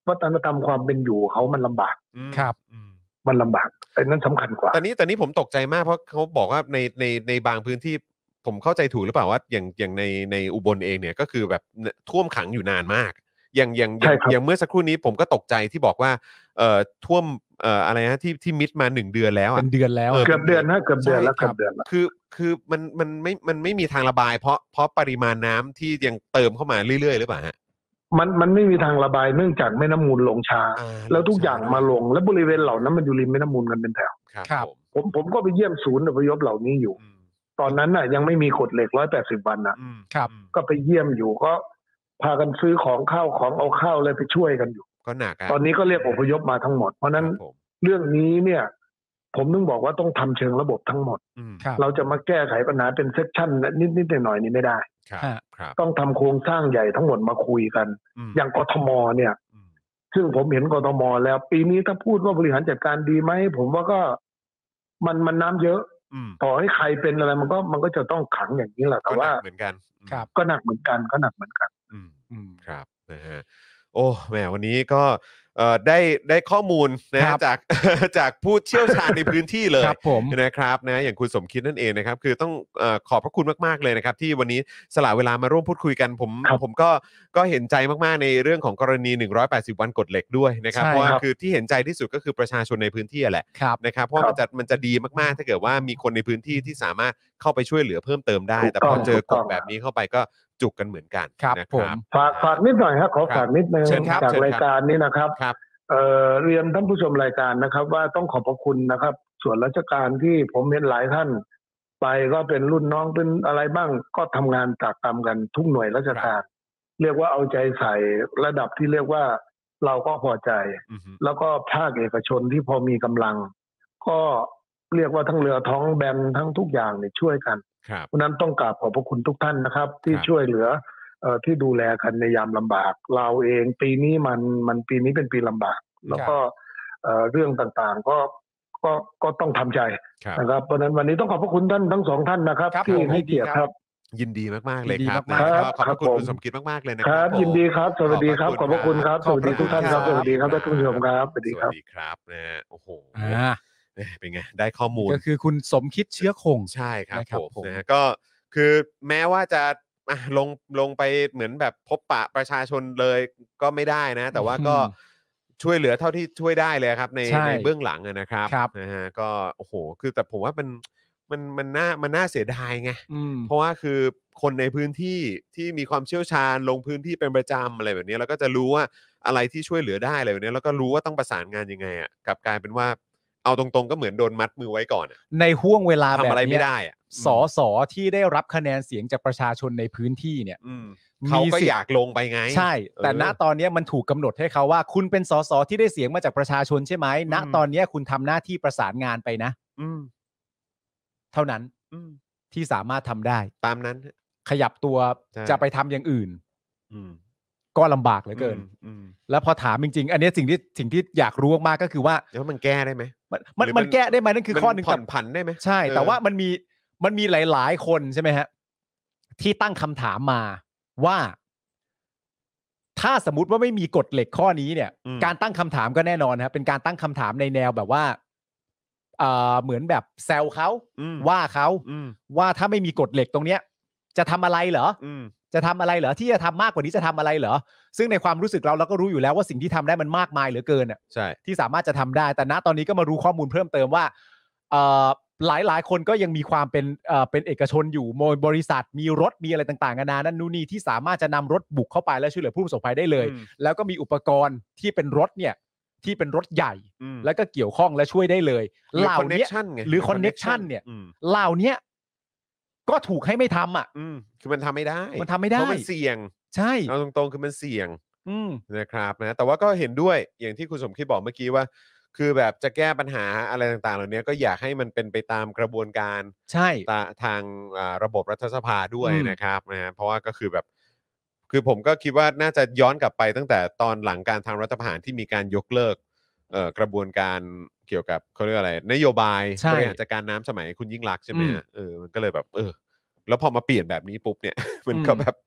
S2: วัฒนธรรมความเป็นอยู่เขามันลำบาก
S3: ครับ
S2: มันลำบากไอ้นั้นสำคัญกว่า
S1: แต่นี้ผมตกใจมากเพราะเขาบอกว่าในบางพื้นที่ผมเข้าใจถูกหรือเปล่าว่าอย่างในอุบลเองเนี่ยก็คือแบบท่วมขังอยู่นานมากอย่างเมื่อสักครู่นี้ผมก็ตกใจที่บอกว่าท่วมอะไรนะที่มิดมา1 เดือนแล้ว
S3: เป็นเดือนแล้ว
S2: เกือบเดือนนะเกือบเดือนแล้ว
S1: ใช่
S2: เกือบเดือนแล้ว
S1: คือมันไม่มีทางระบายเพราะปริมาณน้ำที่ยังเติมเข้ามาเรื่อยๆหรือเปล่าฮะ
S2: มันไม่มีทางระบายเนื่องจากแม่น้ำมูลลงช้า แล้วทุกอย่างมาลงและบริเวณเหล่านั้นมันอยู่ริมแม่น้ำมูลกันเป็นแถว
S1: ครับ
S2: ผมก็ไปเยี่ยมศูนย์อพยพเหล่านี้อยู่ ตอนนั้นน่ะยังไม่มีกฎเหล็ก180 วันน่ะ
S3: ครับ
S2: ก็ไปเยี่ยมอยู่ก็พากันซื้อของข้าวของเอาข้าวอะไรไปช่วยกันอยู่
S1: ก็หนัก
S2: ตอนนี้ก็เรียกอพยพมาทั้งหมดเพราะนั้นเรื่องนี้เนี่ยผมต้องบอกว่าต้องทำเชิงระบบทั้งหมด
S3: ครับ
S2: เราจะมาแก้ไขปัญหาเป็นเซสชั่นนิดๆหน่อยๆนี่ไม่ได้
S1: ครับ
S2: ต้องทำโครงสร้างใหญ่ทั้งหมดมาคุยกัน อย่างกทมเนี่ยซึ่งผมเห็นกทมแล้วปีนี้ถ้าพูดว่าบริหารจัดการดีไหมผมว่าก็มันน้ำเยอะต่อให้ใครเป็นอะไรมันก็จะต้องขังอย่างนี้แหละแต่ว่า
S1: เหมือนกัน
S2: ก็หนักเหมือนกัน
S1: ครับนะฮะโอ้แหมวันนี้ก็ได้ข้อมูลนะจากผู้เชี่ยวชาญในพื้นที่เลยนะครับนะอย่างคุณสมคิดนั่นเองนะครับคือต้องขอบพระคุณมากๆเลยนะครับที่วันนี้สละเวลามาร่วมพูดคุยกันผมก็เห็นใจมากๆในเรื่องของกรณี180 วันกฎเหล็กด้วยนะครับเพราะว่าคือที่เห็นใจที่สุดก็คือประชาชนในพื้นที่แหละนะครับเพราะมันจะดีมากๆถ้าเกิดว่ามีคนในพื้นที่ที่สามารถเข้าไปช่วยเหลือเพิ่มเติมได้แต่พอเจอกฎแบบนี้เข้าไปก็จุกกันเหมือนกันนะครับ
S2: ฝากนิดหน่อยครับขอฝากนิดนึงจากรายการนี้นะครับ
S1: ครับ
S2: เรียนท่านผู้ชมรายการนะครับว่าต้องขอบพระคุณนะครับส่วนราชการที่ผมเห็นหลายท่านไปก็เป็นรุ่นน้องเป็นอะไรบ้างก็ทำงานตากตามกันทุกหน่วยราชการเรียกว่าเอาใจใส่ระดับที่เรียกว่าเราก็พอใจแล้วก็ภาคเอกชนที่พอมีกำลังก็เรียกว่าทั้งเรือท้องแบนทั้งทุกอย่างเนี่ยช่วยกันเพราะนั้นต้องกราบขอบพระคุณทุกท่านนะครับที่ช่วยเหลือที่ดูแลกันในยามลำบากเราเองปีนี้มันปีนี้เป็นปีลำบากแล้วก็เรื่องต่างๆก็ต้องทำใจนะครับเพราะนั้นวันนี้ต้องขอบพระคุณท่านทั้งสองท่านนะครับที่ให้เกียรติครับ
S1: ยินดีมากๆเลยครับขอบคุณคุณสมคิดมากๆเลยนะค
S2: ค
S1: รั
S2: รั
S1: บบ
S2: ยินดีครับสวัสดีครับขอบพระคุณครับสวัสดีทุกท่านครับสวัสดีครับท่านผู้ชมครับสวัสดี
S1: ครับนะโอ้โหเป็นไงได้ข้อมูล
S3: ก็คือคุณสมคิดเชื้อคง
S1: ใช่ครับผมนะก็คือแม้ว่าจะลงไปเหมือนแบบพบปะประชาชนเลยก็ไม่ได้นะแต่ว่าก็ช่วยเหลือเท่าที่ช่วยได้เลยครับในเบื้องหลังนะครับนะฮะก็โอ้โหคือแต่ผมว่ามันน่าเสียดายไงเพราะว่าคือคนในพื้นที่ที่มีความเชี่ยวชาญลงพื้นที่เป็นประจำอะไรแบบนี้แล้วก็จะรู้ว่าอะไรที่ช่วยเหลือได้อะไรแบบนี้แล้วก็รู้ว่าต้องประสานงานยังไงอ่ะกลับกลายเป็นว่าเอาตรงๆก็เหมือนโดนมัดมือไว้ก่อน
S3: ในห่วงเวลาแบบนี้
S1: ทำอะไรไม่ได้อ่ะ
S3: สสที่ได้รับคะแนนเสียงจากประชาชนในพื้นที่เนี่ย
S1: เขาก็อยากลงไปไง
S3: ใช่แต่ณตอนนี้มันถูกกำหนดให้เขาว่าคุณเป็นสสที่ได้เสียงมาจากประชาชนใช่ไหมณตอนนี้คุณทำหน้าที่ประสานงานไปนะเท่านั้นที่สามารถทำได้
S1: ตามนั้น
S3: ขยับตัวจะไปทำอย่างอื่นก็ลำบากเหลือเกินแล้วพอถามจริงๆอันนี้สิ่งที่อยากรู้มากๆก็คือว่า
S1: แล้วมันแก้ได้ไหม
S3: มันแก้ได้ไหมนั่นคือข้อหนึ่ง
S1: ผ่อนผันได้ไหม
S3: ใช่แต่ว่ามันมีหลายๆคนใช่ไหมฮะที่ตั้งคำถามมาว่าถ้าสมมติว่าไม่มีกฎเหล็กข้อนี้เนี่ยการตั้งคำถามก็แน่นอนครับเป็นการตั้งคำถามในแนวแบบว่าเหมือนแบบแซวเขาว่าเขาว่าถ้าไม่มีกฎเหล็กตรงเนี้ยจะทำอะไรเหรอจะทำอะไรเหรอที่จะทำมากกว่านี้จะทำอะไรเหรอซึ่งในความรู้สึกเราก็รู้อยู่แล้วว่าสิ่งที่ทำได้มันมากมายเหลือเกินอ่ะ
S1: ใช่
S3: ที่สามารถจะทำได้แต่ณตอนนี้ก็มารู้ข้อมูลเพิ่มเติมว่าหลายคนก็ยังมีความเป็นเอกชนอยู่บริษัทมีรถมีอะไรต่างๆนานานั่นนู่นนี่ที่สามารถจะนำรถบุกเข้าไปและช่วยเหลือผู้ประสบภัยได้เลยแล้วก็มีอุปกรณ์ที่เป็นรถเนี่ยที่เป็นรถใหญ่แล้วก็เกี่ยวข้องและช่วยได้เลยเหล่านี้หรือคอนเนคชั่นเนี่ยเหล่านี้ก็ถูกให้ไม่ทำอ่ะ
S1: คือมันทำไม่ได้
S3: เพราะ
S1: มันเสี่ยง
S3: ใช่
S1: เอาตรงๆคือมันเสี่ยงนะครับนะแต่ว่าก็เห็นด้วยอย่างที่คุณสมคิดบอกเมื่อกี้ว่าคือแบบจะแก้ปัญหาอะไรต่างๆเหล่านี้ก็อยากให้มันเป็นไปตามกระบวนการ
S3: ใช่
S1: ทางระบบรัฐสภาด้วยนะครับนะเพราะว่าก็คือแบบคือผมก็คิดว่าน่าจะย้อนกลับไปตั้งแต่ตอนหลังการทำรัฐประหารที่มีการยกเลิกกระบวนการเกี่ยวกับเขาเรียกอะไรนโยบายบริหารจัดการน้ำสมัยคุณยิ่งลักษณ์ใช่ไหมมันก็เลยแบบแล้วพอมาเปลี่ยนแบบนี้ปุ๊บเนี่ยมันก็แบบ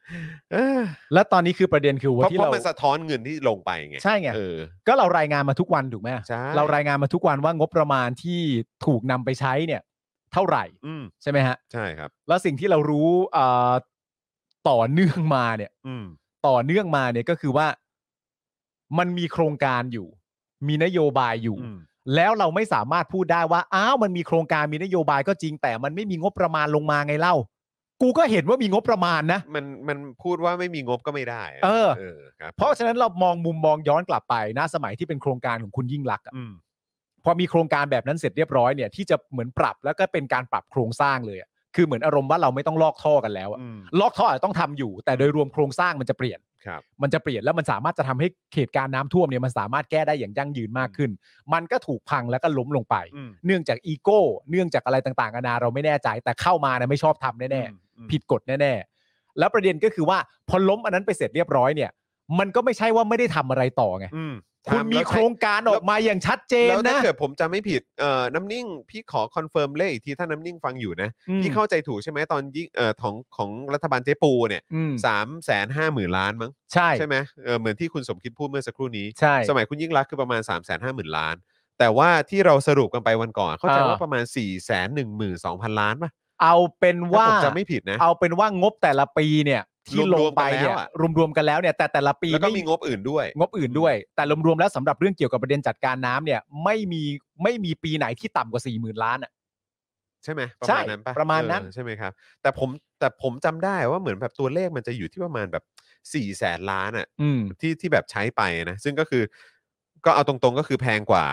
S1: เออ
S3: แล้วตอนนี้คือประเด็นคือ
S1: เพ
S3: ว่า
S1: ราะ
S3: ที่
S1: เพราะ
S3: เรา
S1: มันสะท้อนเงินที่ลงไปไง
S3: ใช่ไง
S1: เออ
S3: ก็เรารายงานมาทุกวันถูกไหม
S1: ใช่
S3: เรารายงานมาทุกวันว่างบประมาณที่ถูกนำไปใช้เนี่ยเท่าไหร่
S1: อืม
S3: ใช่ไหมฮะ
S1: ใช่ครับ
S3: แล้วสิ่งที่เรารู้ต่อเนื่องมาเนี่ย
S1: อืม
S3: ต่อเนื่องมาเนี่ยก็คือว่ามันมีโครงการอยู่ มีนโยบายอยู่
S1: อืม
S3: แล้วเราไม่สามารถพูดได้ว่าอ้าวมันมีโครงการมีนโยบายก็จริงแต่มันไม่มีงบประมาณลงมาไงเล่า กูก็เห็นว่ามีงบประมาณนะ
S1: มันพูดว่าไม่มีงบก็ไม่ได้อะ
S3: เออ
S1: ครับ
S3: เพราะฉะนั้นเรามองมุมมองย้อนกลับไปณสมัยที่เป็นโครงการของคุณยิ่งลักษณ์อะ
S1: อืม
S3: พอมีโครงการแบบนั้นเสร็จเรียบร้อยเนี่ยที่จะเหมือนปรับแล้วก็เป็นการปรับโครงสร้างเลยอะคือเหมือนอารมณ์ว่าเราไม่ต้องลอกท่อกันแล้วอะ
S1: อืม
S3: ลอกท่ออาจจะต้องทำอยู่แต่โดยรวมโครงสร้างมันจะเปลี่ยน
S1: ครับ
S3: มันจะเปลี่ยนแล้วมันสามารถจะทำให้เหตุการณ์น้ำท่วมเนี่ยมันสามารถแก้ได้อย่างยั่งยืนมากขึ้น มันก็ถูกพังแล้วก็ล้มลงไป
S1: อืม
S3: เนื่องจากอีโก้เนื่องจากอะไรต่างๆนานาเราไม่แน่ใจแต่เข้ามานะไม่ชอบทำแน่ๆผิดกฎแน่ๆแล้วประเด็นก็คือว่าพอล้มอันนั้นไปเสร็จเรียบร้อยเนี่ยมันก็ไม่ใช่ว่าไม่ได้ทำอะไรต่อไง
S1: อืม
S3: คุณมีโครงการออกมาอย่างชัดเจน
S1: แล้วถ้า
S3: นะ
S1: เกิดผมจำไม่ผิดน้ำนิ่งพี่ขอคอนเฟิร์มเลขอีกทีถ้าน้ำนิ่งฟังอยู่นะ
S3: อืม
S1: พี่เข้าใจถูกใช่ไหมตอนยิ่งของรัฐบาลเจ๊ปูเนี่ย
S3: อืม
S1: 350,000 ล้านมั้ง
S3: ใช่
S1: ไหมเหมือนที่คุณสมคิดพูดเมื่อสักครู่นี้
S3: ใช่
S1: สมัยคุณยิ่งรักษณ์คือประมาณ 350,000 ล้าน แต่ว่าที่เราสรุปกันไปวันก่อนเข้าใจว่าประมาณ 412,000 ล้านป่ะ
S3: เอาเป็น
S1: ถ้า
S3: ว่า
S1: ผมจำไม่ผิดนะ
S3: เอาเป็นว่างบแต่ละปีเนี่ยที่ลงไปเนี่ย
S1: รวมๆกันแล้วอะ
S3: รวมๆกันแล้วเนี่ยแต่ละปี
S1: แล้วก็มีงบอื่นด้วย
S3: งบอื่นด้วย แต่รวมๆแล้วสำหรับเรื่องเกี่ยวกับประเด็นจัดการน้ำเนี่ยไม่มีปีไหนที่ต่ำกว่า 40,000 ล้านอ่ะ
S1: ใช่ไหมประ
S3: ใช่
S1: มาณนั้นปะ
S3: ประมาณนั้น
S1: ใช่ไหมครับแต่ผมจำได้ว่าเหมือนแบบตัวเลขมันจะอยู่ที่ประมาณแบบ400,000 ล้านอ่ะ
S3: อืม
S1: ที่แบบใช้ไปนะซึ่งก็คือก็เอาตรงๆก็คือแพงกว่า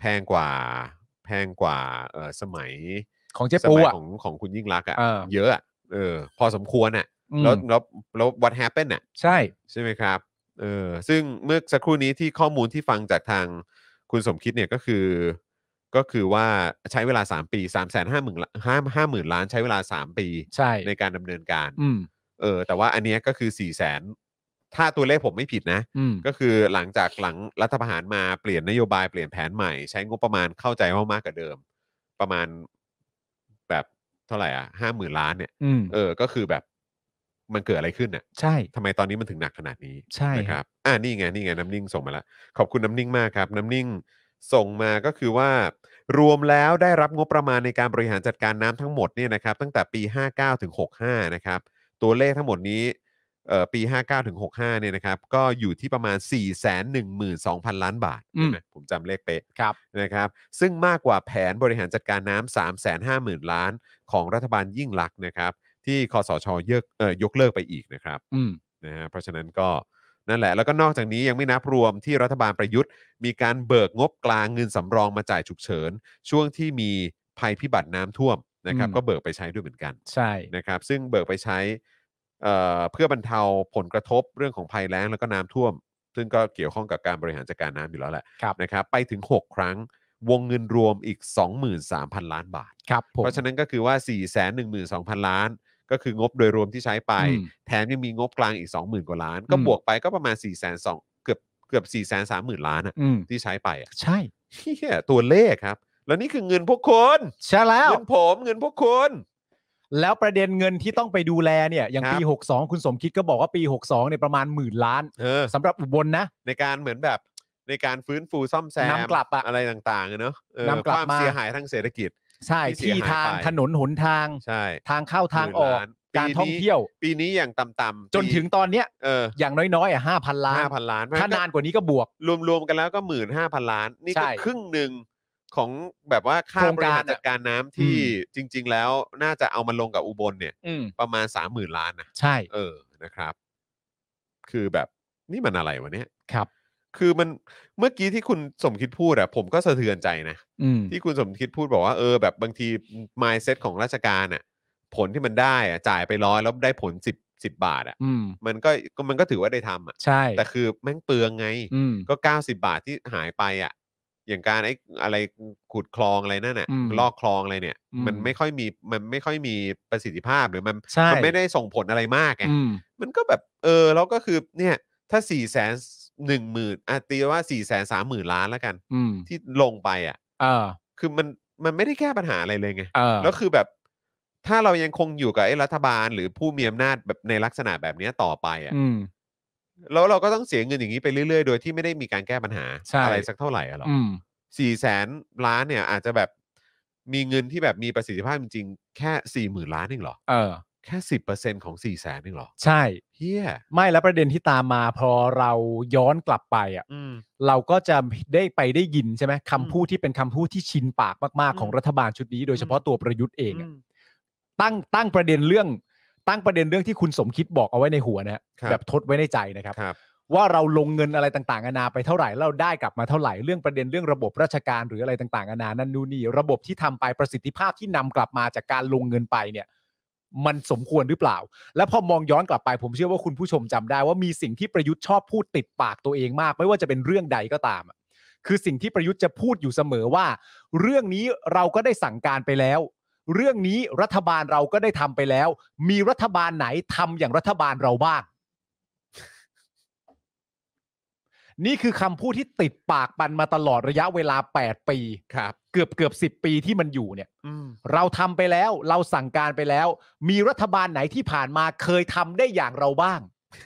S1: สมัย
S3: ของเจ๊
S1: ส
S3: ปู
S1: มัย
S3: อ่ะ
S1: ของคุณยิ่งรักษณ์อ่ะ
S3: เออ
S1: เยอะอะพอสมควรอ่ะ
S3: อืม
S1: แล้ว what happened อ่ะ
S3: ใช่
S1: ใช่ไหมครับซึ่งเมื่อสักครู่นี้ที่ข้อมูลที่ฟังจากทางคุณสมคิดเนี่ยก็คือว่าใช้เวลา3ปี350,000 ล้านใช้เวลา3ปี
S3: ใช่
S1: ในการดำเนินการ
S3: อืม
S1: แต่ว่าอันเนี้ยก็คือ 400,000 ถ้าตัวเลขผมไม่ผิดนะ
S3: อืม
S1: ก็คือหลังรัฐประหารมาเปลี่ยนนโยบายเปลี่ยนแผนใหม่ใช้งบประมาณเข้าใจว่ามากกว่าเดิม ประมาณแบบเท่าไหร่อ่ะ50,000 ล้านเนี่ย
S3: อืม
S1: ก็คือแบบมันเกิดอะไรขึ้นน่ะ
S3: ใช่
S1: ทำไมตอนนี้มันถึงหนักขนาดนี้
S3: ใช่
S1: นะครับนี่ไงน้ำนิ่งส่งมาแล้วขอบคุณน้ำนิ่งมากครับน้ำนิ่งส่งมาก็คือว่ารวมแล้วได้รับงบประมาณในการบริหารจัดการน้ำทั้งหมดเนี่ยนะครับตั้งแต่ปี 59 ถึง 65 นะครับตัวเลขทั้งหมดนี้ปี 59 ถึง 65 เนี่ยนะครับก็อยู่ที่ประมาณ 412,000 ล้านบาทใช่ไหมผมจำเลขเป๊ะ
S3: ครับ
S1: นะครับซึ่งมากกว่าแผนบริหารจัดการน้ำ 350,000 ล้านของรัฐบาลยิ่งลักษณ์นะครับที่คสช.ยกเลิกไปอีกนะครับ
S3: อืม
S1: นะฮะเพราะฉะนั้นก็นั่นแหละแล้วก็นอกจากนี้ยังไม่นับรวมที่รัฐบาลประยุทธ์มีการเบิกงบกลางเงินสำรองมาจ่ายฉุกเฉินช่วงที่มีภัยพิบัติน้ำท่วมนะครับก็เบิกไปใช้ด้วยเหมือนกัน
S3: ใช่
S1: นะครับซึ่งเบิกไปใช้เพื่อบรรเทาผลกระทบเรื่องของภัยแล้งแล้วก็น้ำท่วม ซึ่งก็เกี่ยวข้องกับการบริหารจัดการน้ำอยู่แล้วแหละ
S3: ครับ
S1: นะครับไปถึง6ครั้งวงเงินรวมอีก 23,000 ล้านบาท
S3: ครับผม
S1: เพราะฉะนั้นก็คือว่า 412,000 ล้าน ก็คืองบโดยรวมที่ใช้ไป
S3: อืม
S1: แถมยังมีงบกลางอีก 20,000 กว่าล้าน ก็บวกไปก็ประมาณ 420,000 เกือบ 430,000 ล้านอะ
S3: อืม
S1: ที่ใช้ไปอะ
S3: ใช่
S1: เหี้ยตัวเลขครับ แล้วนี่คือเงินพวกคุณ
S3: ใช่แล้ว
S1: เงินผมเงินพวกคุณ
S3: แล้วประเด็นเงินที่ต้องไปดูแลเนี่ยอย่าง
S1: ครับ
S3: ปี 62 คุณสมคิดก็บอกว่าปี 62เนี่ยประมาณ10,000 ล้านสำหรับอุบลนะ
S1: ในการเหมือนแบบในการฟื้นฟูซ่อมแซม
S3: นำกลับอะ
S1: อะไรต่างๆอะเนอะ
S3: นำกลับ
S1: ความ
S3: มา
S1: เสียหายทางเศรษฐกิจ
S3: ใช่
S1: ที่เสีย
S3: ที่
S1: หาย
S3: ทาง
S1: ไป
S3: ถนนหนทาง
S1: ใช่
S3: ทางเข้าทางออก
S1: 10,000 ล้าน
S3: การท่องเที่ยว
S1: ปีนี้อย่างต่ำๆ
S3: จนถึงตอนเนี้ย อย่างน้อยๆ5,000 ล้าน
S1: 5,000 ล้าน
S3: ถ้านานกว่านี้ก็บวก
S1: รวมๆกันแล้วก็ 15,000 ล้าน นี่
S3: ใช่
S1: ก็ครึ่งหนึ่งของแบบว่าค่า
S3: โครง
S1: บริ
S3: การ
S1: หารจัดการน้ำที่
S3: อืม
S1: จริง ๆ แล้วน่าจะเอามาลงกับอุบลเนี่ย
S3: อืม
S1: ประมาณ 30,000 ล้านนะ
S3: ใช่
S1: นะครับ คือแบบนี่มันอะไรวะเนี่ย
S3: ครับ
S1: คือมันเมื่อกี้ที่คุณสมคิดพูดอะผมก็สะเทือนใจนะ
S3: อืม
S1: ที่คุณสมคิดพูดบอกว่าแบบบางที mindset ของราชการอะผลที่มันได้อะจ่ายไป100แล้วได้ผล10 บาทอะ
S3: อืม
S1: มันก็ถือว่าได้ทำอะ
S3: ใช่
S1: แต่คือแม่งเปลืองไง
S3: อืม
S1: ก็90 บาทที่หายไปอะอย่างการอะไรขุดคลองอะไรนั่นน่ะ
S3: อืม
S1: ลอกคลองอะไรเนี่ย
S3: อืม
S1: มันไม่ค่อยมีประสิทธิภาพหรือมัน
S3: ใช่
S1: มันไม่ได้ส่งผลอะไรมากไง
S3: อืม
S1: มันก็แบบแล้วก็คือเนี่ยถ้า 410,000ตีว่า 430,000 ล้านแล้วกัน
S3: อืม
S1: ที่ลงไปอ่ะ
S3: เออ
S1: คือมันไม่ได้แก้ปัญหาอะไรเลยไง
S3: เออ
S1: แล้วคือแบบถ้าเรายังคงอยู่กับไอ้รัฐบาลหรือผู้มีอำนาจแบบในลักษณะแบบเนี้ยต่อไปอ่ะ
S3: อืม
S1: แล้วเราก็ต้องเสียเงินอย่างนี้ไปเรื่อยๆโดยที่ไม่ได้มีการแก้ปัญหา
S3: ใช่
S1: อะไรสักเท่าไหร่อะหรอ
S3: อืม
S1: 400,000 ล้านเนี่ยอาจจะแบบมีเงินที่แบบมีประสิทธิภาพจริงๆแค่ 40,000 ล้านเองเหรอ
S3: เออ
S1: แค่ 10% ของ 400,000 เองเหรอ
S3: ใช่
S1: เฮีย
S3: ไม่แล้วประเด็นที่ตามมาพอเราย้อนกลับไปอ่ะ
S1: อืม
S3: เราก็จะได้ยินใช่ไหมคำพูดที่เป็นคำพูดที่ชินปากมากๆของรัฐบาลชุดนี้โดยเฉพาะตัวประยุทธ์เองอะตั้งประเด็นเรื่องที่คุณสมคิดบอกเอาไว้ในหัวนะแบบทดไว้ในใจนะครับ
S1: ครับ
S3: ว่าเราลงเงินอะไรต่างๆนานาไปเท่าไหร่เราได้กลับมาเท่าไหร่เรื่องประเด็นเรื่องระบบราชการหรืออะไรต่างๆนานานั่นนู่นนี่ระบบที่ทำไปประสิทธิภาพที่นำกลับมาจากการลงเงินไปเนี่ยมันสมควรหรือเปล่าแล้วพอมองย้อนกลับไปผมเชื่อว่าคุณผู้ชมจำได้ว่ามีสิ่งที่ประยุทธ์ชอบพูดติดปากตัวเองมากไม่ว่าจะเป็นเรื่องใดก็ตามคือสิ่งที่ประยุทธ์จะพูดอยู่เสมอว่าเรื่องนี้เราก็ได้สั่งการไปแล้วเรื่องนี้รัฐบาลเราก็ได้ทำไปแล้วมีรัฐบาลไหนทำอย่างรัฐบาลเราบ้างนี่คือคำพูดที่ติดปากปันมาตลอดระยะเวลา8ปี
S1: ครับ
S3: เกือบ10 ปีที่มันอยู่เนี่ย
S1: ม
S3: เราทำไปแล้วเราสั่งการไปแล้วมีรัฐบาลไหนที่ผ่านมาเคยทำได้อย่างเราบ้าง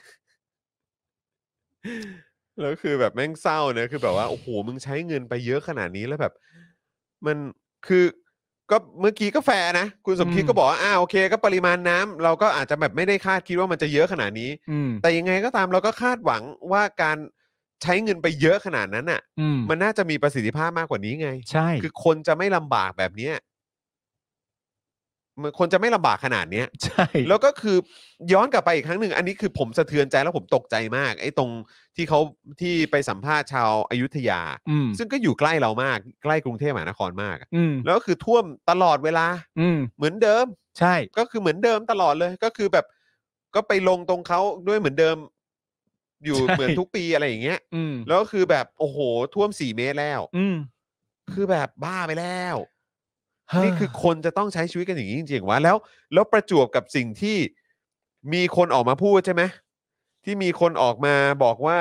S1: แล้วคือแบบแม่งเศร้านะคือแบบว่าโอ้โหมึงใช้เงินไปเยอะขนาดนี้แล้วแบบมันคือก็เมื่อกี้ก็แฟร์นะคุณสมคิดก็บอกว่าโอเคก็ปริมาณน้ำเราก็อาจจะแบบไม่ได้คาดคิดว่ามันจะเยอะขนาดนี้แต่ยังไงก็ตามเราก็คาดหวังว่าการใช้เงินไปเยอะขนาดนั้นน่ะมันน่าจะมีประสิทธิภาพมากกว่านี้ไง
S3: ใช่
S1: คือคนจะไม่ลำบากแบบเนี้ยมันคนจะไม่ลำบากขนาดเนี้ย
S3: ใช่
S1: แล้วก็คือย้อนกลับไปอีกครั้งหนึ่งอันนี้คือผมสะเทือนใจแล้วผมตกใจมากไอ้ตรงที่ไปสัมภาษณ์ชาวอยุธยาซึ่งก็อยู่ใกล้เรามากใกล้กรุงเทพมหานครมากแล้วก็คือท่วมตลอดเวลาเหมือนเดิม
S3: ใช่
S1: ก็คือเหมือนเดิมตลอดเลยก็คือแบบก็ไปลงตรงเขาด้วยเหมือนเดิมอยู่เหมือนทุกปีอะไรอย่างเงี้ยแล้วก็คือแบบโอ้โหท่วม4 เมตรแล้วคือแบบบ้าไปแล้วนี่คือคนจะต้องใช้ชีวิตกันอย่างนี้จริงๆวะแล้วประจวบกับสิ่งที่มีคนออกมาพูดใช่ไหมที่มีคนออกมาบอกว่า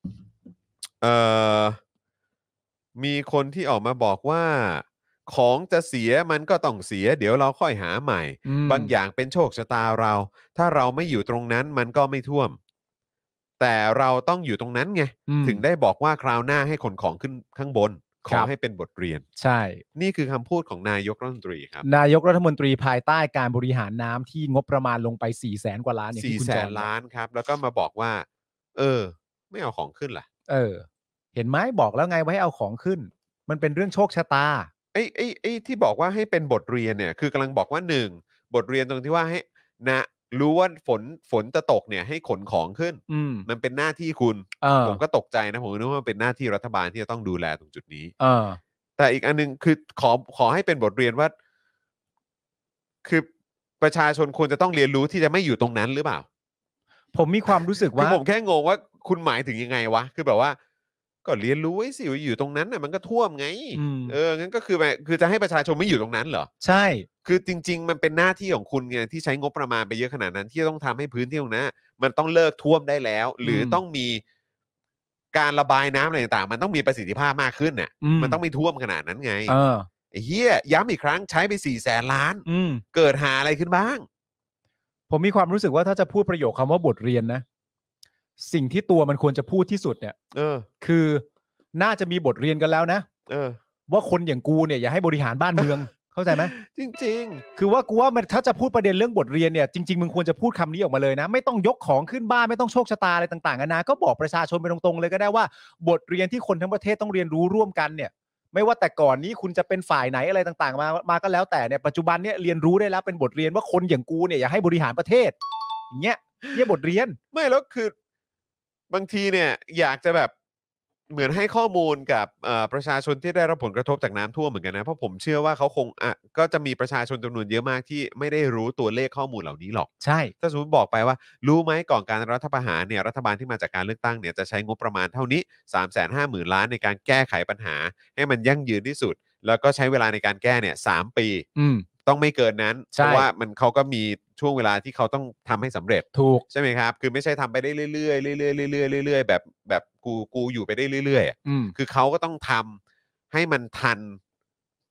S1: มีคนที่ออกมาบอกว่าของจะเสียมันก็ต้องเสียเดี๋ยวเราค่อยหาใหม่บางอย่างเป็นโชคชะตาเราถ้าเราไม่อยู่ตรงนั้นมันก็ไม่ท่วมแต่เราต้องอยู่ตรงนั้นไงถึงได้บอกว่าคราวหน้าให้ขนของขึ้นข้างบนขอให้เป็นบทเรียน
S3: ใช่
S1: นี่คือคำพูดของนายกรัฐมนตรีครับ
S3: นายกรัฐมนตรีภายใต้การบริหารน้ำที่งบประมาณลงไป400,000 กว่าล้านอย่างที่คุณจร
S1: 400,000 ล้านครับแล้วก็มาบอกว่าไม่เอาของขึ้นล่ะ
S3: เห็นไหมบอกแล้วไงว่าให้เอาของขึ้นมันเป็นเรื่องโชคชะตา
S1: ไอ้ที่บอกว่าให้เป็นบทเรียนเนี่ยคือกำลังบอกว่า1บทเรียนตรงที่ว่าให้นะรู้ว่าฝนจะตกเนี่ยให้ขนของขึ้นมันเป็นหน้าที่คุณผมก็ตกใจนะผมนึกว่ามันเป็นหน้าที่รัฐบาลที่จะต้องดูแลตรงจุดนี้แต่อีกอันนึงคือขอให้เป็นบทเรียนว่าคือประชาชนควรจะต้องเรียนรู้ที่จะไม่อยู่ตรงนั้นหรือเปล่า
S3: ผมมีความรู้สึกว่า
S1: ผมแค่งงว่าคุณหมายถึงยังไงวะคือแบบว่าก็เรียนรู้ไว้สิว่าอยู่ตรงนั้นน่ะมันก็ท่วมไงงั้นก็คือจะให้ประชาชนไม่อยู่ตรงนั้นเหรอ
S3: ใช่
S1: คือจริงๆมันเป็นหน้าที่ของคุณไงที่ใช้งบประมาณไปเยอะขนาดนั้นที่จะต้องทำให้พื้นที่ตรงนั้นมันต้องเลิกท่วมได้แล้วหรือต้องมีการระบายน้ำอะไรต่างๆมันต้องมีประสิทธิภาพมากขึ้นน่ะมันต้องไม่ท่วมขนาดนั้นไงไอ้เหี้ยย้ำอีกครั้งใช้ไป400,000 ล้านเกิดหาอะไรขึ้นบ้าง
S3: ผมมีความรู้สึกว่าถ้าจะพูดประโยคคำว่าบทเรียนนะสิ่งที่ตัวมันควรจะพูดที่สุดเนี่ยคือน่าจะมีบทเรียนกันแล้วนะว่าคนอย่างกูเนี่ยอย่าให้บริหารบ้านเมือง เข้าใจไหม
S1: จริง
S3: ๆคือว่ากูว่ามันถ้าจะพูดประเด็นเรื่องบทเรียนเนี่ยจริงๆมึงควรจะพูดคำนี้ออกมาเลยนะไม่ต้องยกของขึ้นบ้านไม่ต้องโชคชะตาอะไรต่างๆนานาก็บอกประชาชนไปตรงๆเลยก็ได้ว่าบทเรียนที่คนทั้งประเทศต้องเรียนรู้ร่วมกันเนี่ยไม่ว่าแต่ก่อนนี้คุณจะเป็นฝ่ายไหนอะไรต่างๆมาก็แล้วแต่เนี่ยปัจจุบันเนี่ยเรียนรู้ได้แล้วเป็นบทเรียนว่าคนอย่างกูเนี่ยอย่าให้บริหารประเทศอย่างเงี้ยเนี่ยบทเรียน
S1: ไม่แล้วคือบางทีเนี่ยอยากจะแบบเหมือนให้ข้อมูลกับประชาชนที่ได้รับผลกระทบจากน้ำท่วมเหมือนกันนะเพราะผมเชื่อว่าเขาคงก็จะมีประชาชนจำนวนเยอะมากที่ไม่ได้รู้ตัวเลขข้อมูลเหล่านี้หรอก
S3: ใช่
S1: ถ้าสมมติบอกไปว่ารู้ไหมก่อนการรัฐประหารเนี่ยรัฐบาลที่มาจากการเลือกตั้งเนี่ยจะใช้งบประมาณเท่านี้ 350,000 ล้านในการแก้ไขปัญหาให้มันยั่งยืนที่สุดแล้วก็ใช้เวลาในการแก้เนี่ย3 ปีต้องไม่เกินนั้นเพราะว่าเขาก็มีช่วงเวลาที่เขาต้องทำให้สำเร็จ
S3: ถูก
S1: ใช่ไหมครับคือไม่ใช่ทำไปได้เรื่อยๆเรื่อยๆเรื่อยๆเรื่อยๆแบบกูอยู่ไปได้เรื่อยๆคือเขาก็ต้องทำให้มันทัน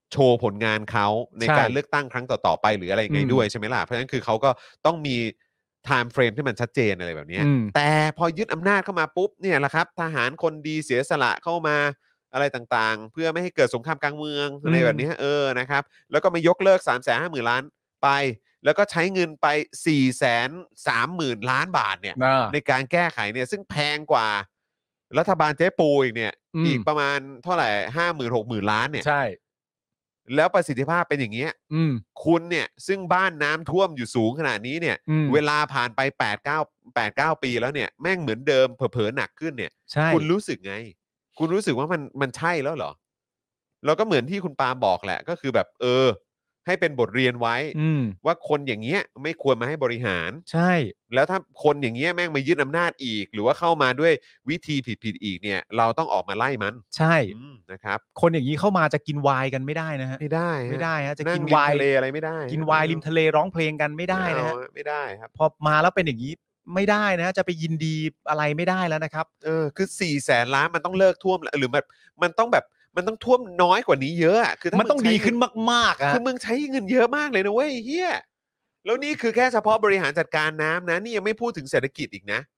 S1: โชว์ผลงานเขาใน
S3: ใช่
S1: การเลือกตั้งครั้งต่อๆไปหรืออะไรยังไง
S3: อืม
S1: ด้วยใช่ไหมล่ะเพราะฉะนั้นคือเขาก็ต้องมี time frame ที่มันชัดเจนอะไรแบบเนี้ย
S3: อืม
S1: แต่พอยึดอำนาจเข้ามาปุ๊บเนี่ยแหละครับทหารคนดีเสียสละเข้ามาอะไรต่างๆ เพื่อไม่ให้เกิดสงครามกลางเมืองอะไรแบบเนี้ยนะครับแล้วก็มายกเลิก 350,000 ล้านไป แล้วก็ใช้เงินไป 430,000 ล้านบาทเนี่ย
S3: อ่า
S1: ในการแก้ไขเนี่ยซึ่งแพงกว่ารัฐบาลเจ๊ปูอีกเนี่ย
S3: อืม
S1: อีกประมาณเท่าไหร่ 50,000-60,000 ล้านเนี่ย
S3: ใช่
S1: แล้วประสิทธิภาพเป็นอย่างเงี้ย
S3: อืม
S1: คุณเนี่ยซึ่งบ้านน้ำท่วมอยู่สูงขนาดนี้เนี่ย
S3: อืม
S1: เวลาผ่านไป8-9 ปีแล้วเนี่ยแม่งเหมือนเดิมเผลอๆหนักขึ้นเนี่ย
S3: ใช่
S1: คุณรู้สึกไง คุณรู้สึกว่ามันใช่แล้วเหรอ แล้วก็เหมือนที่คุณปาบอกแหละ ก็คือแบบให้เป็นบทเรียนไว้
S3: อืม
S1: ว่าคนอย่างเงี้ยไม่ควรมาให้บริหาร
S3: ใช่
S1: แล้วถ้าคนอย่างเงี้ยแม่งมายึดอำนาจอีก หรือว่าเข้ามาด้วยวิธีผิดๆอีกเนี่ย เราต้องออกมาไล่มัน
S3: ใช่
S1: นะครับ
S3: คนอย่างนี้เข้ามาจะกินไวน์กันไม่ได้นะฮะ
S1: ไม่ได้ฮ
S3: ไม่ได้ฮะจะ
S1: นั่
S3: กิ
S1: ง
S3: น
S1: ริ
S3: ไว
S1: ม
S3: น์
S1: ทะเลอะไรไม่ได้
S3: กินไวน์ริมทะเลร้องเพลงกันไม่ได้นะฮะ
S1: ไม่ได้ครับ
S3: พอมาแล้วเป็นอย่างนี้ไม่ได้นะฮะจะไปยินดีอะไรไม่ได้แล้วนะครับ
S1: คือ400,000 ล้านมันต้องเลิกท่วมแล้วหรือมันต้องแบบมันต้องท่วมน้อยกว่านี้เยอะอะคือถ้า
S3: มันต้อง
S1: ใช้
S3: ดีขึ้นมากๆอะ
S1: คือมึงใช้เงินเยอะมากเลยนะเว้ยเฮียแล้วนี่คือแค่เฉพาะบริหารจัดการน้ำนะนี่ยังไม่พูดถึงเศรษฐกิจอีกนะ